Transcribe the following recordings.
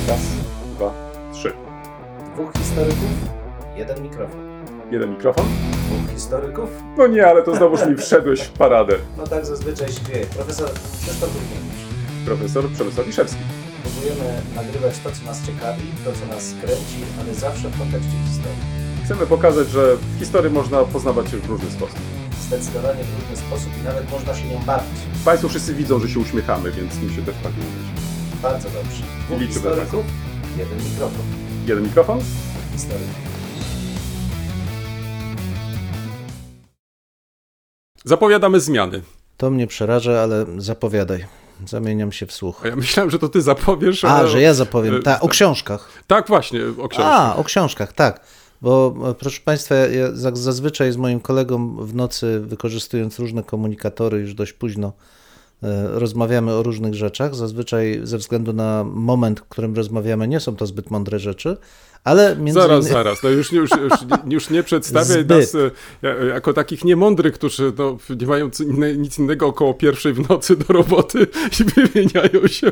Raz, 2, 3. dwóch historyków, jeden mikrofon. Jeden mikrofon? Dwóch historyków? No nie, ale to znowuż mi wszedłeś w paradę. No tak zazwyczaj się dzieje. Profesor Krzysztof Górkiewicz. Profesor Przemysław Wiszewski. Próbujemy nagrywać to, co nas ciekawi, to, co nas kręci, ale zawsze w kontekście historii. Chcemy pokazać, że w historii można poznawać się w różny sposób. Zdecydowanie w różny sposób i nawet można się nią bawić. Państwo wszyscy widzą, że się uśmiechamy, więc mi się też tak mówić. Bardzo dobrze. Dwóch Liczymy historyków, jeden mikrofon. Jeden mikrofon? Historyk. Zapowiadamy zmiany. To mnie przeraża, ale zapowiadaj. Zamieniam się w słuch. A ja myślałem, że to ty zapowiesz. Że ja zapowiem. O książkach. Tak, właśnie, o książkach. O książkach, tak. Bo proszę Państwa, ja zazwyczaj z moim kolegą w nocy, wykorzystując różne komunikatory, już dość późno rozmawiamy o różnych rzeczach. Zazwyczaj ze względu na moment, w którym rozmawiamy, nie są to zbyt mądre rzeczy, ale między Zaraz. No już nie przedstawiaj nas jako takich niemądrych, którzy nie mają nic innego około pierwszej w nocy do roboty i wymieniają się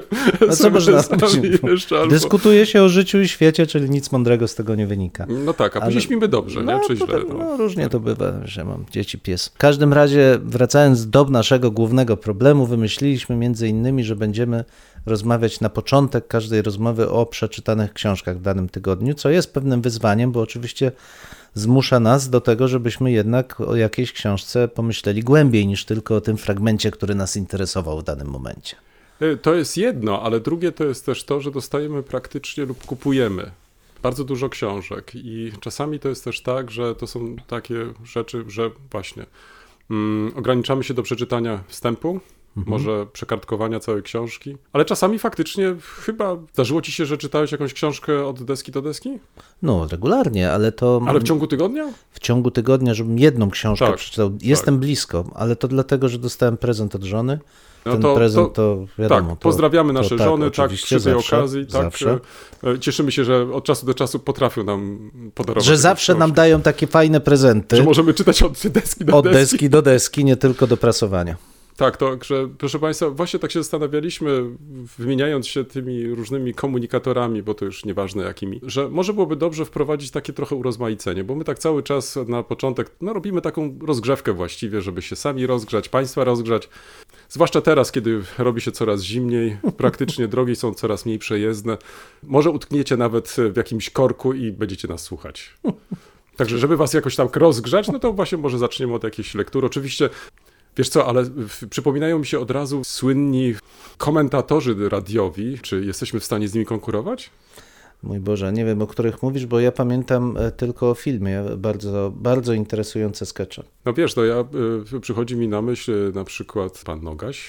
albo... Dyskutuje się o życiu i świecie, czyli nic mądrego z tego nie wynika. No tak, a później śpimy dobrze, nie? Czy źle? No różnie to bywa, że mam dzieci, pies. W każdym razie, wracając do naszego głównego problemu, wymyśliliśmy między innymi, że będziemy rozmawiać na początek każdej rozmowy o przeczytanych książkach w danym tygodniu, co jest pewnym wyzwaniem, bo oczywiście zmusza nas do tego, żebyśmy jednak o jakiejś książce pomyśleli głębiej niż tylko o tym fragmencie, który nas interesował w danym momencie. To jest jedno, ale drugie to jest też to, że dostajemy praktycznie lub kupujemy bardzo dużo książek i czasami to jest też tak, że to są takie rzeczy, że właśnie ograniczamy się do przeczytania wstępu, może przekartkowania całej książki, ale czasami faktycznie chyba zdarzyło ci się, że czytałeś jakąś książkę od deski do deski? No, regularnie, ale to... Ale w ciągu tygodnia? W ciągu tygodnia, żebym jedną książkę przeczytał. Jestem blisko, ale to dlatego, że dostałem prezent od żony. Ten prezent to wiadomo. Tak, pozdrawiamy nasze żony, przy tej zawsze, okazji. Zawsze. Cieszymy się, że od czasu do czasu potrafią nam podarować. Że zawsze nam dają takie fajne prezenty. Że możemy czytać od deski do deski. Od deski do deski, nie tylko do prasowania. Tak, że proszę Państwa, właśnie tak się zastanawialiśmy, wymieniając się tymi różnymi komunikatorami, bo to już nieważne jakimi, że może byłoby dobrze wprowadzić takie trochę urozmaicenie, bo my tak cały czas na początek robimy taką rozgrzewkę właściwie, żeby się sami rozgrzać, Państwa rozgrzać. Zwłaszcza teraz, kiedy robi się coraz zimniej, praktycznie drogi są coraz mniej przejezdne. Może utkniecie nawet w jakimś korku i będziecie nas słuchać. Także żeby was jakoś tam rozgrzać, no to właśnie może zaczniemy od jakiejś lektury. Oczywiście wiesz co, ale przypominają mi się od razu słynni komentatorzy radiowi. Czy jesteśmy w stanie z nimi konkurować? Mój Boże, nie wiem, o których mówisz, bo ja pamiętam tylko o filmie. Bardzo, bardzo interesujące skecze. No wiesz, przychodzi mi na myśl na przykład pan Nogaś.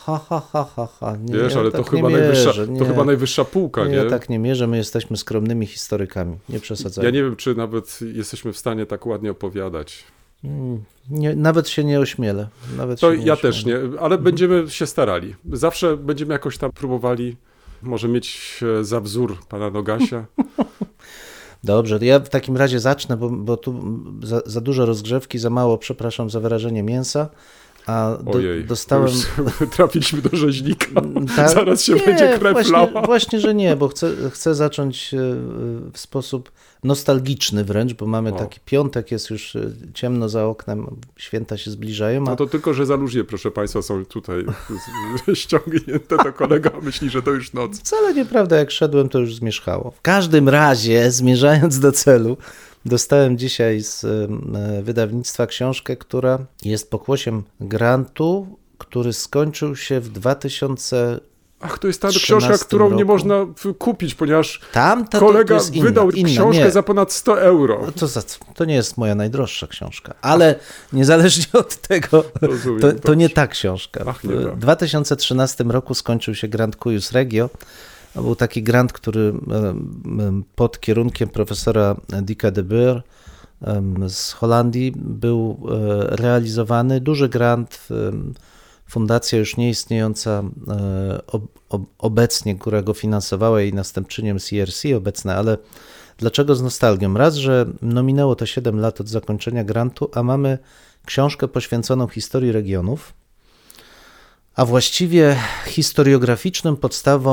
Nie, wiesz, ale tak to chyba najwyższa półka, nie? Ja tak nie mierzę, my jesteśmy skromnymi historykami, nie przesadzajmy. Ja nie wiem, czy nawet jesteśmy w stanie tak ładnie opowiadać. Nie, nawet się nie ośmielę. Też nie, ale będziemy się starali. Zawsze będziemy jakoś tam próbowali może mieć za wzór pana Nogasia. Dobrze, ja w takim razie zacznę, bo tu za dużo rozgrzewki, za mało, przepraszam za wyrażenie, mięsa. Dostałem... Trafiliśmy do rzeźnika. Zaraz się będzie krew lała. Właśnie, że nie, bo chcę zacząć w sposób nostalgiczny wręcz, bo mamy taki piątek, jest już ciemno za oknem, święta się zbliżają. No to tylko, że za luźnie, proszę Państwa, są tutaj ściągnięte, to kolega myśli, że to już noc. Wcale nieprawda, jak szedłem, to już zmierzchało. W każdym razie, zmierzając do celu, dostałem dzisiaj z wydawnictwa książkę, która jest pokłosiem grantu, który skończył się w 2013 Ach, to jest ta książka, którą nie można kupić, ponieważ kolega wydał książkę za ponad 100 euro. To nie jest moja najdroższa książka, ale niezależnie od tego, to nie ta książka. W 2013 roku skończył się grant Cuius Regio. To był taki grant, który pod kierunkiem profesora Dicka de Boer z Holandii był realizowany. Duży grant, fundacja już nieistniejąca obecnie, która go finansowała, jej następczynią CRC obecne, ale dlaczego z nostalgią? Raz, że minęło to 7 lat od zakończenia grantu, a mamy książkę poświęconą historii regionów, a właściwie historiograficznym podstawom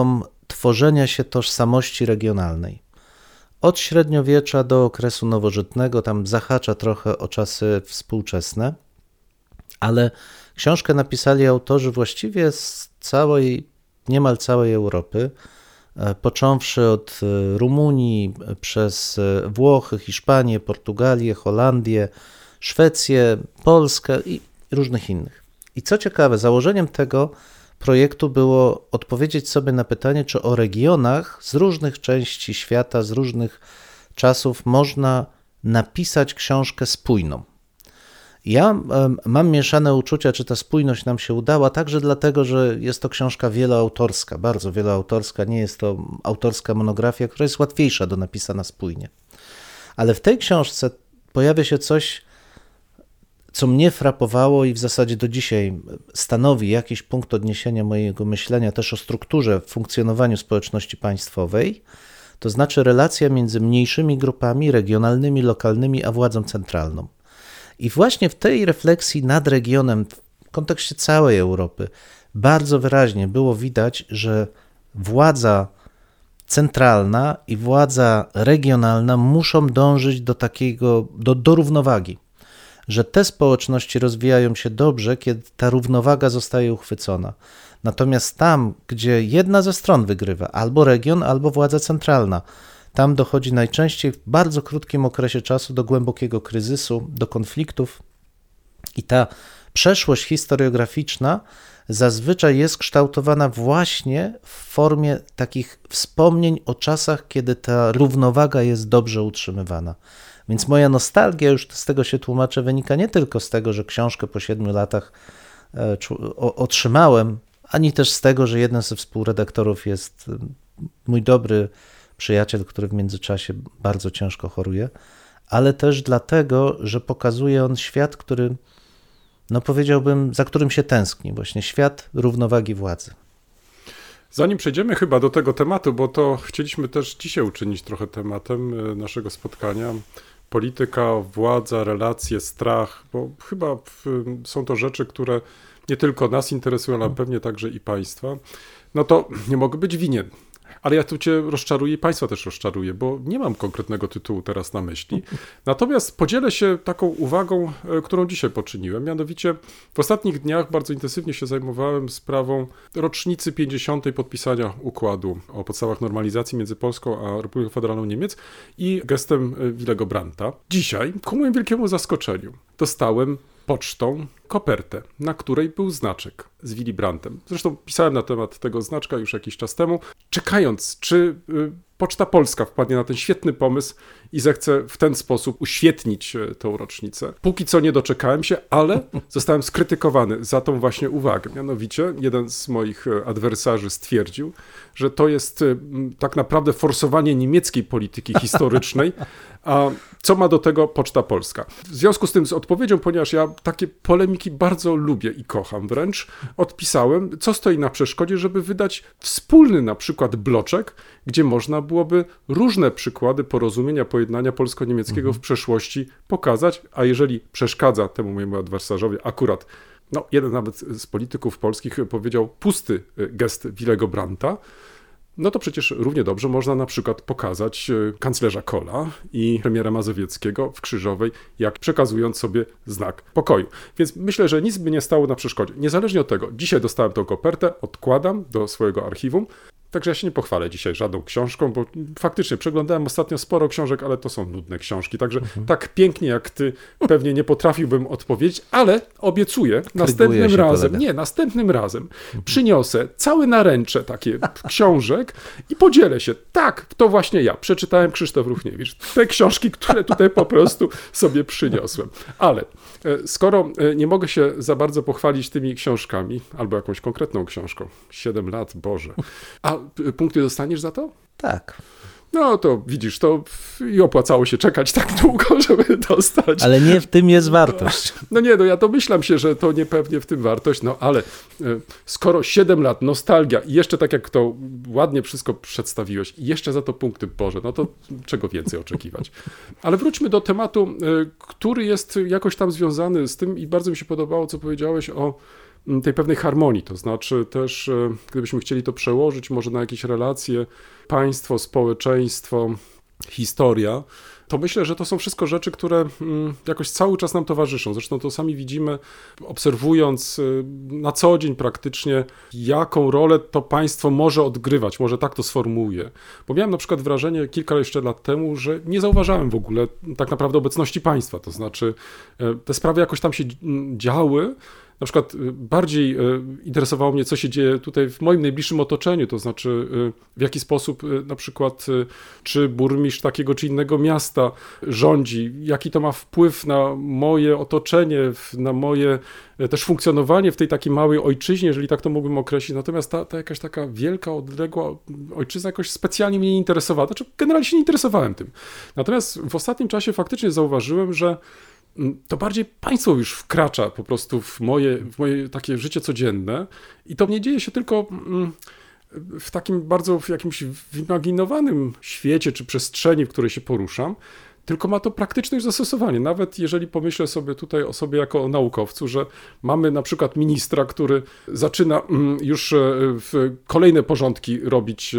tworzenia się tożsamości regionalnej. Od średniowiecza do okresu nowożytnego, tam zahacza trochę o czasy współczesne, ale książkę napisali autorzy właściwie z niemal całej Europy, począwszy od Rumunii, przez Włochy, Hiszpanię, Portugalię, Holandię, Szwecję, Polskę i różnych innych. I co ciekawe, założeniem tego projektu było odpowiedzieć sobie na pytanie, czy o regionach z różnych części świata, z różnych czasów można napisać książkę spójną. Ja mam mieszane uczucia, czy ta spójność nam się udała, także dlatego, że jest to książka wieloautorska, bardzo wieloautorska, nie jest to autorska monografia, która jest łatwiejsza do napisania spójnie. Ale w tej książce pojawia się coś, co mnie frapowało i w zasadzie do dzisiaj stanowi jakiś punkt odniesienia mojego myślenia też o strukturze, funkcjonowaniu społeczności państwowej, to znaczy relacja między mniejszymi grupami regionalnymi, lokalnymi, a władzą centralną. I właśnie w tej refleksji nad regionem, w kontekście całej Europy, bardzo wyraźnie było widać, że władza centralna i władza regionalna muszą dążyć do równowagi. Że te społeczności rozwijają się dobrze, kiedy ta równowaga zostaje uchwycona. Natomiast tam, gdzie jedna ze stron wygrywa, albo region, albo władza centralna, tam dochodzi najczęściej w bardzo krótkim okresie czasu do głębokiego kryzysu, do konfliktów i ta przeszłość historiograficzna zazwyczaj jest kształtowana właśnie w formie takich wspomnień o czasach, kiedy ta równowaga jest dobrze utrzymywana. Więc moja nostalgia, już z tego się tłumaczę, wynika nie tylko z tego, że książkę po 7 latach otrzymałem, ani też z tego, że jeden ze współredaktorów jest mój dobry przyjaciel, który w międzyczasie bardzo ciężko choruje, ale też dlatego, że pokazuje on świat, który, powiedziałbym, za którym się tęskni, właśnie świat równowagi władzy. Zanim przejdziemy chyba do tego tematu, bo to chcieliśmy też dzisiaj uczynić trochę tematem naszego spotkania, polityka, władza, relacje, strach, bo chyba są to rzeczy, które nie tylko nas interesują, ale pewnie także i państwa, no to nie mogę być winien. Ale ja tu cię rozczaruję i państwa też rozczaruję, bo nie mam konkretnego tytułu teraz na myśli. Natomiast podzielę się taką uwagą, którą dzisiaj poczyniłem. Mianowicie w ostatnich dniach bardzo intensywnie się zajmowałem sprawą rocznicy 50. podpisania układu o podstawach normalizacji między Polską a Republiką Federalną Niemiec i gestem Willego Brandta. Dzisiaj, ku mojemu wielkiemu zaskoczeniu, dostałem pocztą kopertę, na której był znaczek z Willy Brandtem. Zresztą pisałem na temat tego znaczka już jakiś czas temu, czekając, czy Poczta Polska wpadnie na ten świetny pomysł i zechce w ten sposób uświetnić tą rocznicę. Póki co nie doczekałem się, ale zostałem skrytykowany za tą właśnie uwagę. Mianowicie jeden z moich adwersarzy stwierdził, że to jest tak naprawdę forsowanie niemieckiej polityki historycznej, a co ma do tego Poczta Polska? W związku z tym z odpowiedzią, ponieważ ja takie polemiki bardzo lubię i kocham wręcz, odpisałem, co stoi na przeszkodzie, żeby wydać wspólny na przykład bloczek, gdzie można byłoby różne przykłady porozumienia, pojednania polsko-niemieckiego w przeszłości pokazać, a jeżeli przeszkadza temu mojemu adwersarzowi akurat, jeden nawet z polityków polskich powiedział pusty gest Willego Brandta, no to przecież równie dobrze można na przykład pokazać kanclerza Kohla i premiera Mazowieckiego w Krzyżowej, jak przekazując sobie znak pokoju. Więc myślę, że nic by nie stało na przeszkodzie. Niezależnie od tego, dzisiaj dostałem tę kopertę, odkładam do swojego archiwum, także ja się nie pochwalę dzisiaj żadną książką, bo faktycznie przeglądałem ostatnio sporo książek, ale to są nudne książki, także tak pięknie jak ty pewnie nie potrafiłbym odpowiedzieć, ale obiecuję następnym razem przyniosę całe naręcze takie książek i podzielę się. Tak, to właśnie ja przeczytałem Krzysztof Ruchniewicz, te książki, które tutaj po prostu sobie przyniosłem. Ale skoro nie mogę się za bardzo pochwalić tymi książkami, albo jakąś konkretną książką, 7 lat, Boże, a punkty dostaniesz za to? Tak. No to widzisz, to i opłacało się czekać tak długo, żeby dostać. Ale nie w tym jest wartość. Ja domyślam się, że to niepewnie w tym wartość, ale skoro 7 lat, nostalgia i jeszcze tak jak to ładnie wszystko przedstawiłeś i jeszcze za to punkty, Boże, no to czego więcej oczekiwać. Ale wróćmy do tematu, który jest jakoś tam związany z tym i bardzo mi się podobało, co powiedziałeś o tej pewnej harmonii, to znaczy też, gdybyśmy chcieli to przełożyć może na jakieś relacje, państwo, społeczeństwo, historia, to myślę, że to są wszystko rzeczy, które jakoś cały czas nam towarzyszą. Zresztą to sami widzimy, obserwując na co dzień praktycznie, jaką rolę to państwo może odgrywać, może tak to sformułuję. Bo miałem na przykład wrażenie kilka jeszcze lat temu, że nie zauważałem w ogóle tak naprawdę obecności państwa. To znaczy te sprawy jakoś tam się działy. Na przykład bardziej interesowało mnie, co się dzieje tutaj w moim najbliższym otoczeniu, to znaczy w jaki sposób na przykład czy burmistrz takiego czy innego miasta rządzi, jaki to ma wpływ na moje otoczenie, na moje też funkcjonowanie w tej takiej małej ojczyźnie, jeżeli tak to mógłbym określić. Natomiast ta jakaś taka wielka, odległa ojczyzna jakoś specjalnie mnie nie interesowała. Znaczy generalnie się nie interesowałem tym. Natomiast w ostatnim czasie faktycznie zauważyłem, że to bardziej państwo już wkracza po prostu w moje takie życie codzienne i to nie dzieje się tylko w takim bardzo w jakimś wyimaginowanym świecie czy przestrzeni, w której się poruszam, tylko ma to praktyczne już zastosowanie. Nawet jeżeli pomyślę sobie tutaj o sobie jako o naukowcu, że mamy na przykład ministra, który zaczyna już kolejne porządki robić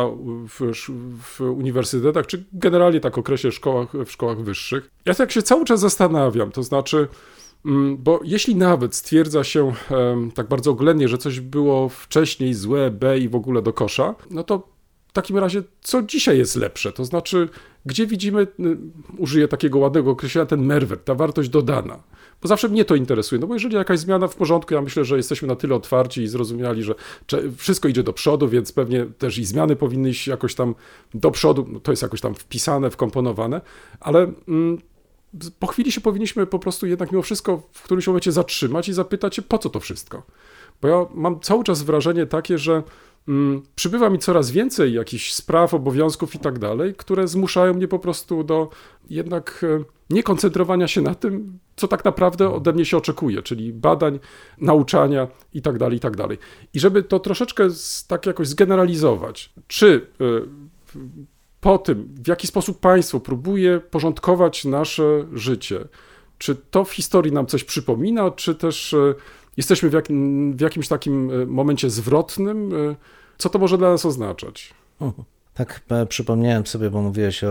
w uniwersytetach, czy generalnie tak określę w szkołach wyższych. Ja tak się cały czas zastanawiam, to znaczy, bo jeśli nawet stwierdza się tak bardzo oględnie, że coś było wcześniej złe, i w ogóle do kosza, no to w takim razie, co dzisiaj jest lepsze? To znaczy, gdzie widzimy, użyję takiego ładnego określenia, ten merwert, ta wartość dodana. Bo zawsze mnie to interesuje, no bo jeżeli jakaś zmiana w porządku, ja myślę, że jesteśmy na tyle otwarci i zrozumiali, że wszystko idzie do przodu, więc pewnie też i zmiany powinny iść jakoś tam do przodu, no to jest jakoś tam wpisane, wkomponowane, ale po chwili się powinniśmy po prostu jednak mimo wszystko w którymś momencie zatrzymać i zapytać się, po co to wszystko? Bo ja mam cały czas wrażenie takie, że przybywa mi coraz więcej jakichś spraw, obowiązków i tak dalej, które zmuszają mnie po prostu do jednak nie koncentrowania się na tym, co tak naprawdę ode mnie się oczekuje, czyli badań, nauczania i tak dalej, i tak dalej. I żeby to troszeczkę tak jakoś zgeneralizować, czy po tym, w jaki sposób państwo próbuje porządkować nasze życie, czy to w historii nam coś przypomina, czy też jesteśmy w jakimś takim momencie zwrotnym. Co to może dla nas oznaczać? Tak, przypomniałem sobie, bo mówiłeś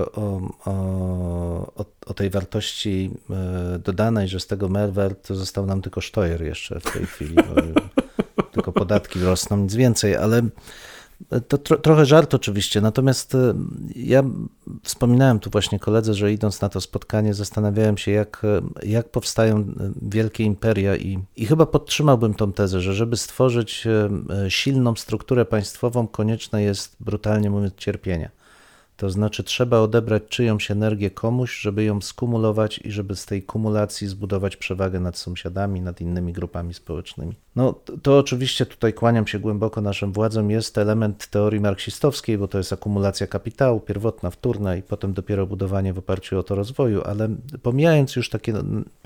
o tej wartości dodanej, że z tego Merwert to został nam tylko sztojer jeszcze w tej chwili, bo tylko podatki rosną, nic więcej, ale to trochę żart oczywiście, natomiast ja wspominałem tu właśnie koledze, że idąc na to spotkanie zastanawiałem się, jak powstają wielkie imperia i chyba podtrzymałbym tą tezę, że żeby stworzyć silną strukturę państwową, konieczne jest, brutalnie mówiąc, cierpienie. To znaczy trzeba odebrać czyjąś energię komuś, żeby ją skumulować i żeby z tej kumulacji zbudować przewagę nad sąsiadami, nad innymi grupami społecznymi. No to oczywiście tutaj kłaniam się głęboko naszym władzom, jest element teorii marksistowskiej, bo to jest akumulacja kapitału, pierwotna, wtórna i potem dopiero budowanie w oparciu o to rozwoju, ale pomijając już takie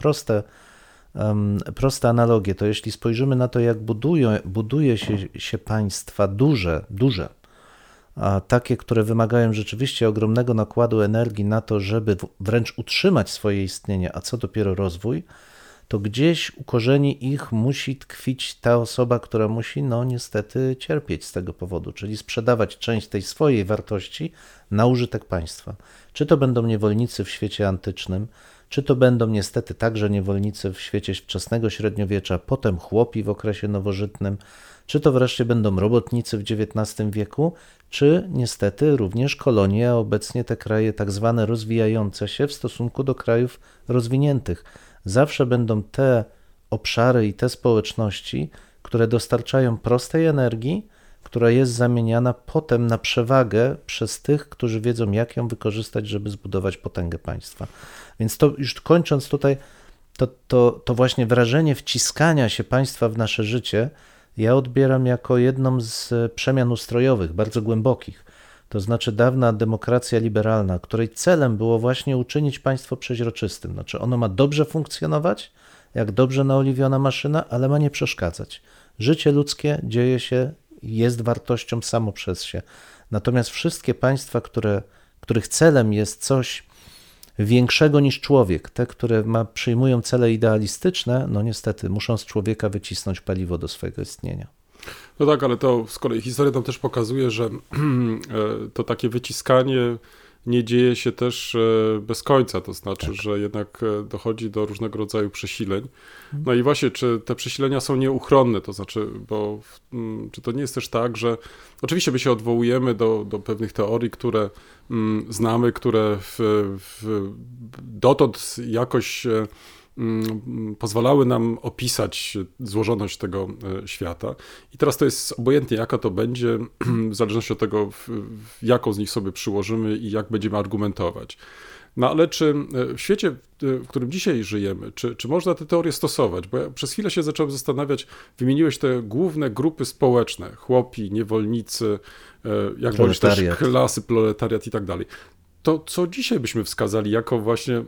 proste analogie, to jeśli spojrzymy na to, jak buduje się państwa duże, a takie, które wymagają rzeczywiście ogromnego nakładu energii na to, żeby wręcz utrzymać swoje istnienie, a co dopiero rozwój, to gdzieś u korzeni ich musi tkwić ta osoba, która musi niestety cierpieć z tego powodu, czyli sprzedawać część tej swojej wartości na użytek państwa. Czy to będą niewolnicy w świecie antycznym, czy to będą niestety także niewolnicy w świecie wczesnego średniowiecza, potem chłopi w okresie nowożytnym, czy to wreszcie będą robotnicy w XIX wieku, czy niestety również kolonie, a obecnie te kraje tak zwane rozwijające się w stosunku do krajów rozwiniętych. Zawsze będą te obszary i te społeczności, które dostarczają prostej energii, która jest zamieniana potem na przewagę przez tych, którzy wiedzą, jak ją wykorzystać, żeby zbudować potęgę państwa. Więc to już kończąc tutaj, to właśnie wrażenie wciskania się państwa w nasze życie ja odbieram jako jedną z przemian ustrojowych, bardzo głębokich. To znaczy dawna demokracja liberalna, której celem było właśnie uczynić państwo przeźroczystym. Znaczy ono ma dobrze funkcjonować, jak dobrze naoliwiona maszyna, ale ma nie przeszkadzać. Życie ludzkie dzieje się, jest wartością samo przez się. Natomiast wszystkie państwa, których celem jest coś większego niż człowiek, te, które przyjmują cele idealistyczne, no niestety muszą z człowieka wycisnąć paliwo do swojego istnienia. No tak, ale to z kolei historia nam też pokazuje, że to takie wyciskanie nie dzieje się też bez końca, to znaczy, że jednak dochodzi do różnego rodzaju przesileń. No i właśnie, czy te przesilenia są nieuchronne, to znaczy, bo czy to nie jest też tak, że oczywiście my się odwołujemy do pewnych teorii, które znamy, które dotąd jakoś pozwalały nam opisać złożoność tego świata. I teraz to jest obojętnie, jaka to będzie, w zależności od tego, jaką z nich sobie przyłożymy i jak będziemy argumentować. No ale czy w świecie, w którym dzisiaj żyjemy, czy można te teorie stosować? Bo ja przez chwilę się zacząłem zastanawiać, wymieniłeś te główne grupy społeczne, chłopi, niewolnicy, jak wolisz też klasy, proletariat i tak dalej. To co dzisiaj byśmy wskazali jako właśnie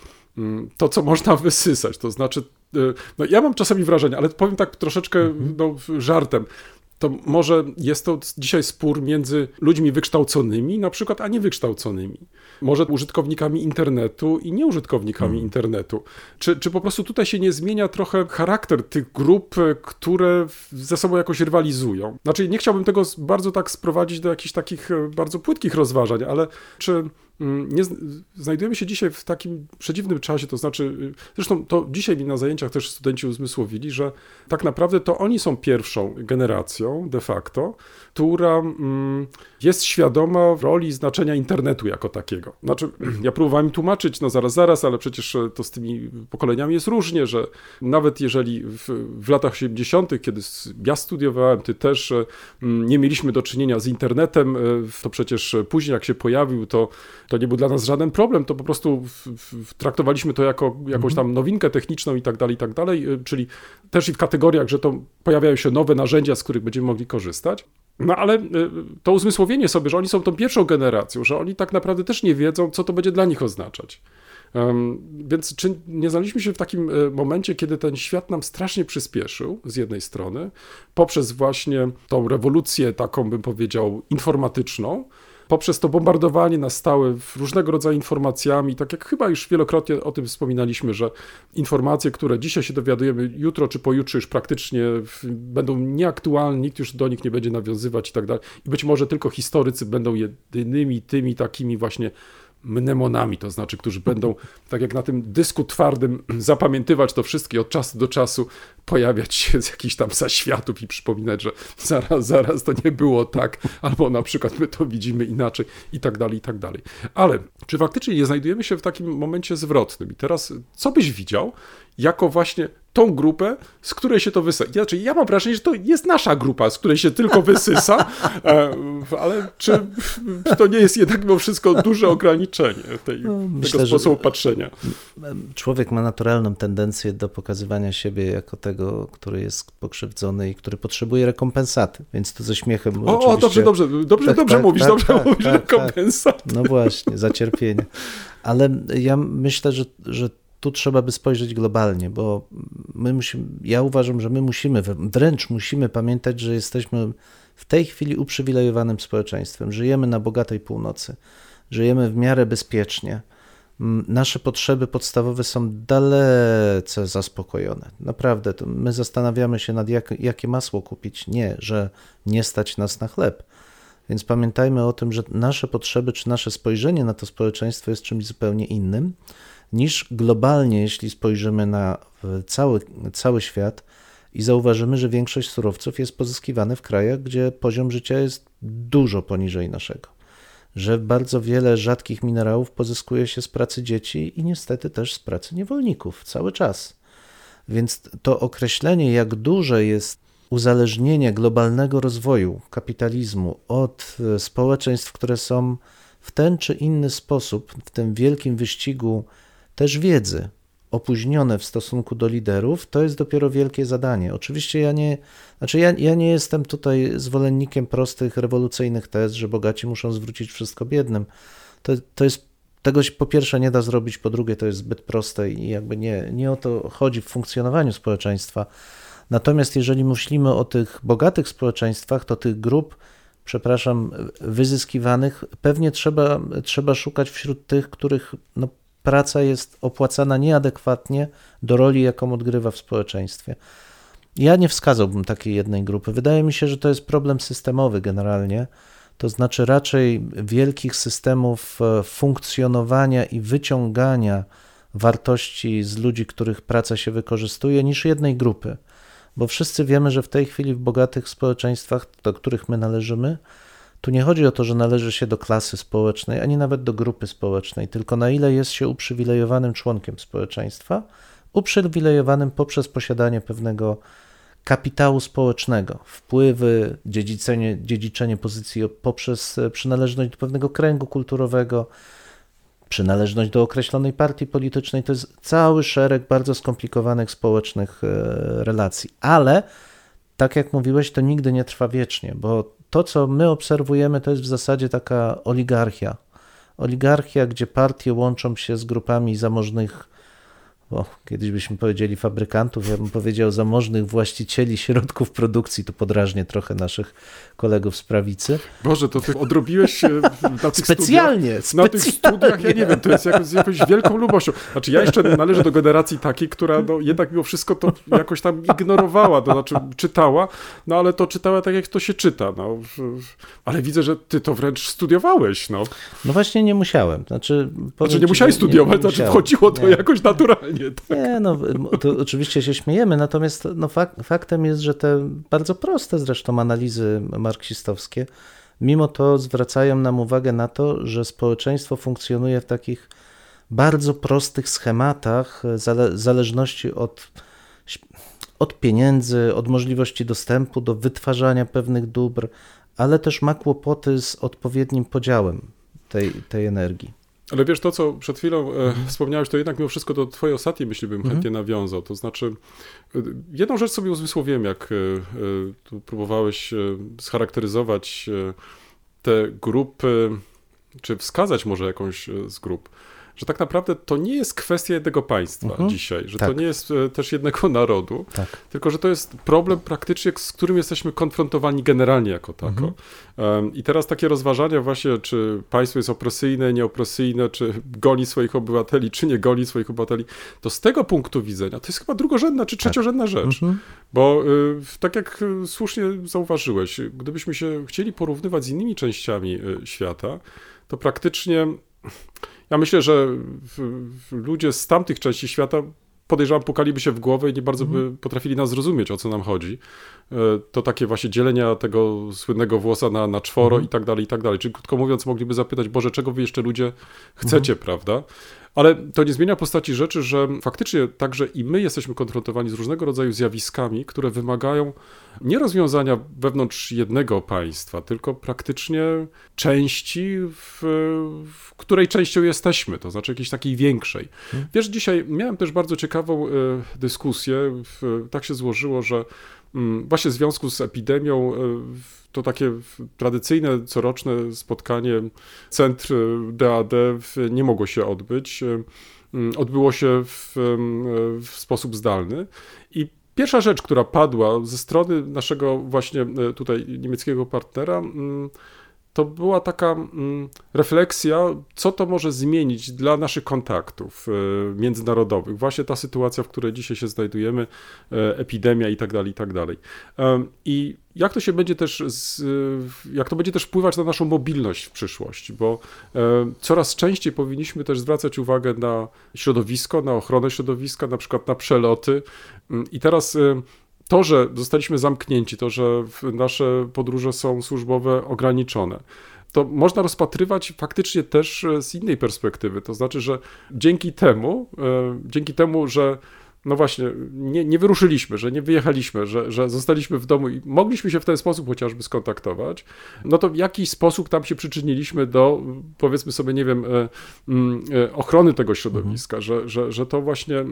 to, co można wysysać? To znaczy, no ja mam czasami wrażenie, ale powiem tak troszeczkę żartem, to może jest to dzisiaj spór między ludźmi wykształconymi na przykład, a niewykształconymi. Może użytkownikami internetu i nieużytkownikami internetu. Czy po prostu tutaj się nie zmienia trochę charakter tych grup, które ze sobą jakoś rywalizują? Znaczy nie chciałbym tego bardzo tak sprowadzić do jakichś takich bardzo płytkich rozważań, ale czy nie znajdujemy się dzisiaj w takim przedziwnym czasie, to znaczy, zresztą to dzisiaj mi na zajęciach też studenci uzmysłowili, że tak naprawdę to oni są pierwszą generacją de facto, która jest świadoma roli i znaczenia internetu jako takiego. Znaczy, ja próbowałem im tłumaczyć, no zaraz, ale przecież to z tymi pokoleniami jest różnie, że nawet jeżeli w latach 80., kiedy ja studiowałem, ty też, nie mieliśmy do czynienia z internetem, to przecież później jak się pojawił, to nie był dla nas żaden problem, to po prostu traktowaliśmy to jako jakąś tam nowinkę techniczną i tak dalej, czyli też i w kategoriach, że to pojawiają się nowe narzędzia, z których będziemy mogli korzystać. No ale to uzmysłowienie sobie, że oni są tą pierwszą generacją, że oni tak naprawdę też nie wiedzą, co to będzie dla nich oznaczać. Więc czy nie znaleźliśmy się w takim momencie, kiedy ten świat nam strasznie przyspieszył z jednej strony, poprzez właśnie tą rewolucję taką, bym powiedział, informatyczną, poprzez to bombardowanie na stałe różnego rodzaju informacjami, tak jak chyba już wielokrotnie o tym wspominaliśmy, że informacje, które dzisiaj się dowiadujemy, jutro czy pojutrze już praktycznie będą nieaktualne, nikt już do nich nie będzie nawiązywać i tak dalej. I być może tylko historycy będą jedynymi tymi takimi właśnie mnemonami, to znaczy, którzy będą, tak jak na tym dysku twardym, zapamiętywać to wszystkie od czasu do czasu, pojawiać się z jakichś tam zaświatów i przypominać, że zaraz to nie było tak, albo na przykład my to widzimy inaczej i tak dalej, i tak dalej. Ale czy faktycznie nie znajdujemy się w takim momencie zwrotnym? I teraz, co byś widział jako właśnie tą grupę, z której się to wysysa? Znaczy, ja mam wrażenie, że to jest nasza grupa, z której się tylko wysysa, ale czy to nie jest jednak mimo wszystko duże ograniczenie tego sposobu patrzenia? Człowiek ma naturalną tendencję do pokazywania siebie jako tego, który jest pokrzywdzony i który potrzebuje rekompensaty, więc to ze śmiechem oczywiście... Dobrze mówisz, rekompensaty. No właśnie, za cierpienie. Ale ja myślę, że tu trzeba by spojrzeć globalnie, bo ja uważam, że my wręcz musimy pamiętać, że jesteśmy w tej chwili uprzywilejowanym społeczeństwem. Żyjemy na bogatej północy, żyjemy w miarę bezpiecznie. Nasze potrzeby podstawowe są dalece zaspokojone. Naprawdę, to my zastanawiamy się nad jakie masło kupić. Nie, że nie stać nas na chleb. Więc pamiętajmy o tym, że nasze potrzeby czy nasze spojrzenie na to społeczeństwo jest czymś zupełnie innym niż globalnie, jeśli spojrzymy na cały świat i zauważymy, że większość surowców jest pozyskiwane w krajach, gdzie poziom życia jest dużo poniżej naszego, że bardzo wiele rzadkich minerałów pozyskuje się z pracy dzieci i niestety też z pracy niewolników cały czas. Więc to określenie, jak duże jest uzależnienie globalnego rozwoju kapitalizmu od społeczeństw, które są w ten czy inny sposób w tym wielkim wyścigu też wiedzy opóźnione w stosunku do liderów, to jest dopiero wielkie zadanie. Oczywiście ja nie jestem tutaj zwolennikiem prostych, rewolucyjnych tez, że bogaci muszą zwrócić wszystko biednym. Tego się po pierwsze nie da zrobić, po drugie to jest zbyt proste i jakby nie o to chodzi w funkcjonowaniu społeczeństwa. Natomiast jeżeli myślimy o tych bogatych społeczeństwach, to tych grup, wyzyskiwanych, pewnie trzeba szukać wśród tych, których praca jest opłacana nieadekwatnie do roli, jaką odgrywa w społeczeństwie. Ja nie wskazałbym takiej jednej grupy. Wydaje mi się, że to jest problem systemowy generalnie, to znaczy raczej wielkich systemów funkcjonowania i wyciągania wartości z ludzi, których praca się wykorzystuje, niż jednej grupy. Bo wszyscy wiemy, że w tej chwili w bogatych społeczeństwach, do których my należymy, tu nie chodzi o to, że należy się do klasy społecznej, ani nawet do grupy społecznej, tylko na ile jest się uprzywilejowanym członkiem społeczeństwa, uprzywilejowanym poprzez posiadanie pewnego kapitału społecznego, wpływy, dziedziczenie pozycji poprzez przynależność do pewnego kręgu kulturowego, przynależność do określonej partii politycznej. To jest cały szereg bardzo skomplikowanych społecznych relacji. Ale, tak jak mówiłeś, to nigdy nie trwa wiecznie, bo to, co my obserwujemy, to jest w zasadzie taka oligarchia. Oligarchia, gdzie partie łączą się z grupami zamożnych, bo kiedyś byśmy powiedzieli fabrykantów, ja bym powiedział zamożnych właścicieli środków produkcji, to podrażnię trochę naszych kolegów z prawicy. Boże, to ty odrobiłeś na tych specjalnie. Na tych studiach, ja nie wiem, to jest z jakąś wielką lubością. Znaczy ja jeszcze należę do generacji takiej, która jednak mimo wszystko to jakoś tam ignorowała, to znaczy czytała, no ale to czytała tak, jak to się czyta. No. Ale widzę, że ty to wręcz studiowałeś. No właśnie nie musiałem. Znaczy nie musiałeś studiować, znaczy wchodziło to jakoś naturalnie. Tak. Nie, no to oczywiście się śmiejemy, natomiast no, faktem jest, że te bardzo proste zresztą analizy marksistowskie, mimo to zwracają nam uwagę na to, że społeczeństwo funkcjonuje w takich bardzo prostych schematach zależności od pieniędzy, od możliwości dostępu do wytwarzania pewnych dóbr, ale też ma kłopoty z odpowiednim podziałem tej energii. Ale wiesz, to co przed chwilą wspomniałeś, to jednak mimo wszystko do twojej ostatniej myśli bym chętnie nawiązał. To znaczy, jedną rzecz sobie uzmysłowiłem, jak tu próbowałeś scharakteryzować te grupy, czy wskazać może jakąś z grup, że tak naprawdę to nie jest kwestia jednego państwa dzisiaj, że to nie jest też jednego narodu, tylko że to jest problem praktycznie, z którym jesteśmy konfrontowani generalnie jako tako. I teraz takie rozważania właśnie, czy państwo jest opresyjne, nieopresyjne, czy goni swoich obywateli, czy nie goni swoich obywateli, to z tego punktu widzenia to jest chyba drugorzędna czy trzeciorzędna rzecz. Bo tak jak słusznie zauważyłeś, gdybyśmy się chcieli porównywać z innymi częściami świata, to praktycznie ja myślę, że ludzie z tamtych części świata, podejrzewam, pukaliby się w głowę i nie bardzo by potrafili nas zrozumieć, o co nam chodzi. To takie właśnie dzielenia tego słynnego włosa na czworo i tak dalej, i tak dalej. Czyli krótko mówiąc, mogliby zapytać, Boże, czego wy jeszcze ludzie chcecie, prawda? Ale to nie zmienia postaci rzeczy, że faktycznie także i my jesteśmy konfrontowani z różnego rodzaju zjawiskami, które wymagają nie rozwiązania wewnątrz jednego państwa, tylko praktycznie części, w której częścią jesteśmy, to znaczy jakiejś takiej większej. Wiesz, dzisiaj miałem też bardzo ciekawą dyskusję. Tak się złożyło, że właśnie w związku z epidemią to takie tradycyjne, coroczne spotkanie centr DAD nie mogło się odbyć. Odbyło się w sposób zdalny. I pierwsza rzecz, która padła ze strony naszego właśnie tutaj niemieckiego partnera, to była taka refleksja, co to może zmienić dla naszych kontaktów międzynarodowych. Właśnie ta sytuacja, w której dzisiaj się znajdujemy, epidemia i tak dalej, i tak dalej. I jak to będzie też wpływać na naszą mobilność w przyszłości, bo coraz częściej powinniśmy też zwracać uwagę na środowisko, na ochronę środowiska, na przykład na przeloty. I teraz to, że zostaliśmy zamknięci, to, że nasze podróże są służbowe ograniczone, to można rozpatrywać faktycznie też z innej perspektywy. To znaczy, że dzięki temu, że no właśnie, nie wyruszyliśmy, że nie wyjechaliśmy, że zostaliśmy w domu i mogliśmy się w ten sposób chociażby skontaktować, no to w jakiś sposób tam się przyczyniliśmy do, powiedzmy sobie, nie wiem, ochrony tego środowiska, że to właśnie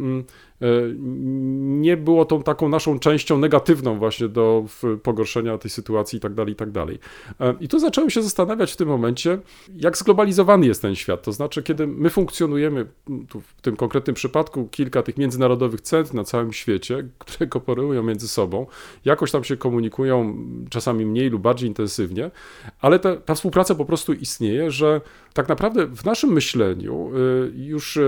nie było tą taką naszą częścią negatywną właśnie do pogorszenia tej sytuacji i tak dalej, i tak dalej. I tu zacząłem się zastanawiać w tym momencie, jak zglobalizowany jest ten świat, to znaczy, kiedy my funkcjonujemy, tu w tym konkretnym przypadku kilka tych międzynarodowych najważniejszych centr na całym świecie, które kooperują między sobą, jakoś tam się komunikują, czasami mniej lub bardziej intensywnie, ale ta współpraca po prostu istnieje, że tak naprawdę w naszym myśleniu już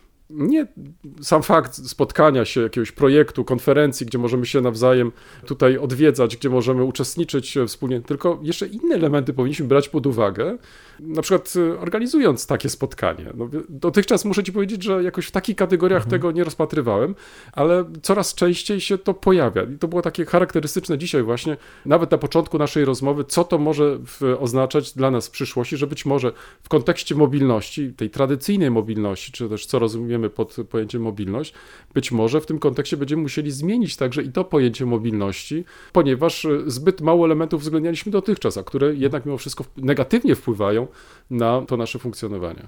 nie sam fakt spotkania się, jakiegoś projektu, konferencji, gdzie możemy się nawzajem tutaj odwiedzać, gdzie możemy uczestniczyć wspólnie, tylko jeszcze inne elementy powinniśmy brać pod uwagę, na przykład organizując takie spotkanie. No, dotychczas muszę ci powiedzieć, że jakoś w takich kategoriach tego nie rozpatrywałem, ale coraz częściej się to pojawia i to było takie charakterystyczne dzisiaj właśnie, nawet na początku naszej rozmowy, co to może oznaczać dla nas w przyszłości, że być może w kontekście mobilności, tej tradycyjnej mobilności, czy też co rozumiemy pod pojęciem mobilność, być może w tym kontekście będziemy musieli zmienić także i to pojęcie mobilności, ponieważ zbyt mało elementów uwzględnialiśmy dotychczas, a które jednak mimo wszystko negatywnie wpływają na to nasze funkcjonowanie.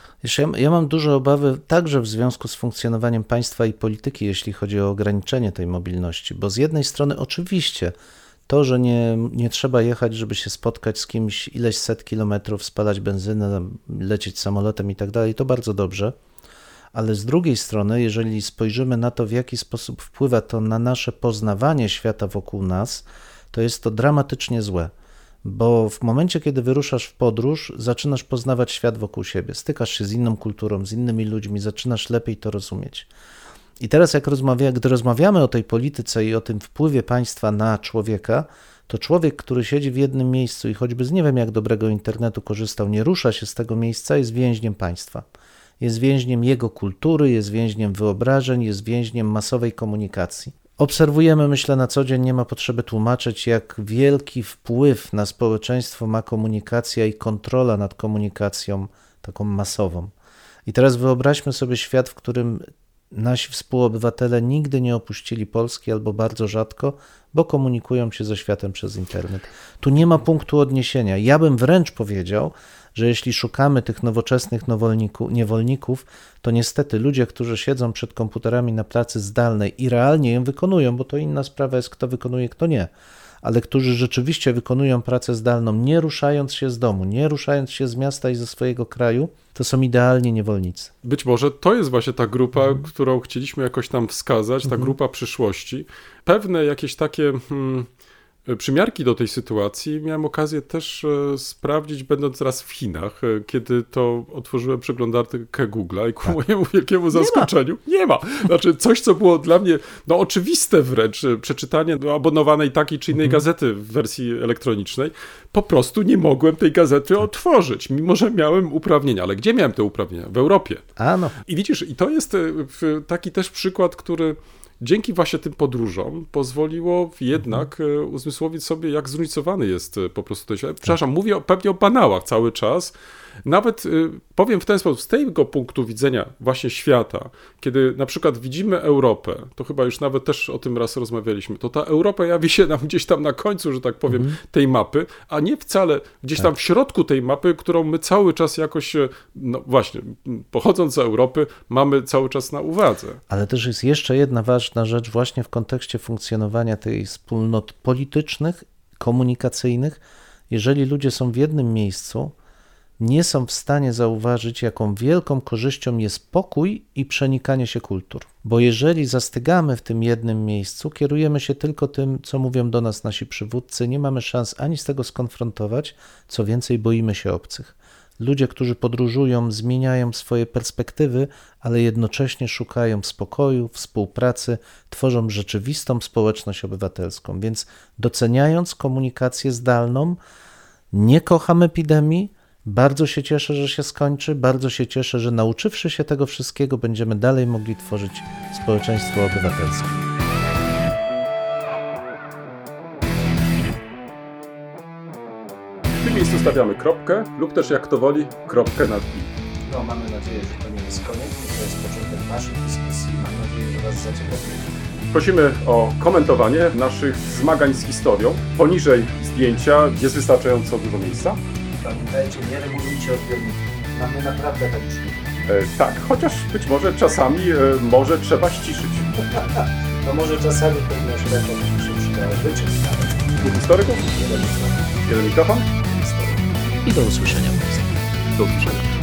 Ja mam duże obawy także w związku z funkcjonowaniem państwa i polityki, jeśli chodzi o ograniczenie tej mobilności, bo z jednej strony oczywiście to, że nie trzeba jechać, żeby się spotkać z kimś ileś set kilometrów, spalać benzynę, lecieć samolotem i tak dalej, to bardzo dobrze, ale z drugiej strony, jeżeli spojrzymy na to, w jaki sposób wpływa to na nasze poznawanie świata wokół nas, to jest to dramatycznie złe. Bo w momencie, kiedy wyruszasz w podróż, zaczynasz poznawać świat wokół siebie, stykasz się z inną kulturą, z innymi ludźmi, zaczynasz lepiej to rozumieć. I teraz gdy rozmawiamy o tej polityce i o tym wpływie państwa na człowieka, to człowiek, który siedzi w jednym miejscu i choćby z nie wiem jak dobrego internetu korzystał, nie rusza się z tego miejsca, jest więźniem państwa. Jest więźniem jego kultury, jest więźniem wyobrażeń, jest więźniem masowej komunikacji. Obserwujemy, myślę, na co dzień, nie ma potrzeby tłumaczyć, jak wielki wpływ na społeczeństwo ma komunikacja i kontrola nad komunikacją taką masową. I teraz wyobraźmy sobie świat, w którym nasi współobywatele nigdy nie opuścili Polski albo bardzo rzadko, bo komunikują się ze światem przez internet. Tu nie ma punktu odniesienia. Ja bym wręcz powiedział, że jeśli szukamy tych nowoczesnych niewolników, to niestety ludzie, którzy siedzą przed komputerami na pracy zdalnej i realnie ją wykonują, bo to inna sprawa jest, kto wykonuje, kto nie, ale którzy rzeczywiście wykonują pracę zdalną, nie ruszając się z domu, nie ruszając się z miasta i ze swojego kraju, to są idealnie niewolnicy. Być może to jest właśnie ta grupa, którą chcieliśmy jakoś tam wskazać, ta grupa przyszłości. Pewne jakieś takie przymiarki do tej sytuacji miałem okazję też sprawdzić, będąc teraz w Chinach, kiedy to otworzyłem przeglądarkę Google'a i ku mojemu wielkiemu zaskoczeniu nie ma. Znaczy coś, co było dla mnie oczywiste wręcz, przeczytanie abonowanej takiej czy innej gazety w wersji elektronicznej, po prostu nie mogłem tej gazety otworzyć, mimo że miałem uprawnienia. Ale gdzie miałem te uprawnienia? W Europie. I widzisz, i to jest taki też przykład, który dzięki właśnie tym podróżom pozwoliło jednak uzmysłowić sobie, jak zróżnicowany jest po prostu ten świat. Przepraszam, mówię pewnie o banałach cały czas. Nawet powiem w ten sposób, z tego punktu widzenia właśnie świata, kiedy na przykład widzimy Europę, to chyba już nawet też o tym raz rozmawialiśmy, to ta Europa jawi się nam gdzieś tam na końcu, że tak powiem, tej mapy, a nie wcale gdzieś tam w środku tej mapy, którą my cały czas jakoś, no właśnie, pochodząc z Europy, mamy cały czas na uwadze. Ale też jest jeszcze jedna ważna rzecz właśnie w kontekście funkcjonowania tej wspólnot politycznych, komunikacyjnych. Jeżeli ludzie są w jednym miejscu, nie są w stanie zauważyć, jaką wielką korzyścią jest pokój i przenikanie się kultur. Bo jeżeli zastygamy w tym jednym miejscu, kierujemy się tylko tym, co mówią do nas nasi przywódcy, nie mamy szans ani z tego skonfrontować, co więcej boimy się obcych. Ludzie, którzy podróżują, zmieniają swoje perspektywy, ale jednocześnie szukają spokoju, współpracy, tworzą rzeczywistą społeczność obywatelską. Więc doceniając komunikację zdalną, nie kocham epidemii, bardzo się cieszę, że się skończy, bardzo się cieszę, że nauczywszy się tego wszystkiego, będziemy dalej mogli tworzyć społeczeństwo obywatelskie. W tym miejscu stawiamy kropkę lub też jak kto woli, kropkę nad i. No, mamy nadzieję, że to nie jest koniec, to jest początek naszej dyskusji. Mam nadzieję, że Was zaciekawi. Prosimy o komentowanie naszych zmagań z historią. Poniżej zdjęcia jest wystarczająco dużo miejsca. Pamiętajcie, nie regulujcie odbiorników. Mamy naprawdę tak brzmi. Tak, chociaż być może czasami może trzeba ściszyć. No może czasami pewne ślepot się przydało wyciąć. Dwóch historyków, jeden mikrofon. I do usłyszenia Państwa. Do usłyszenia.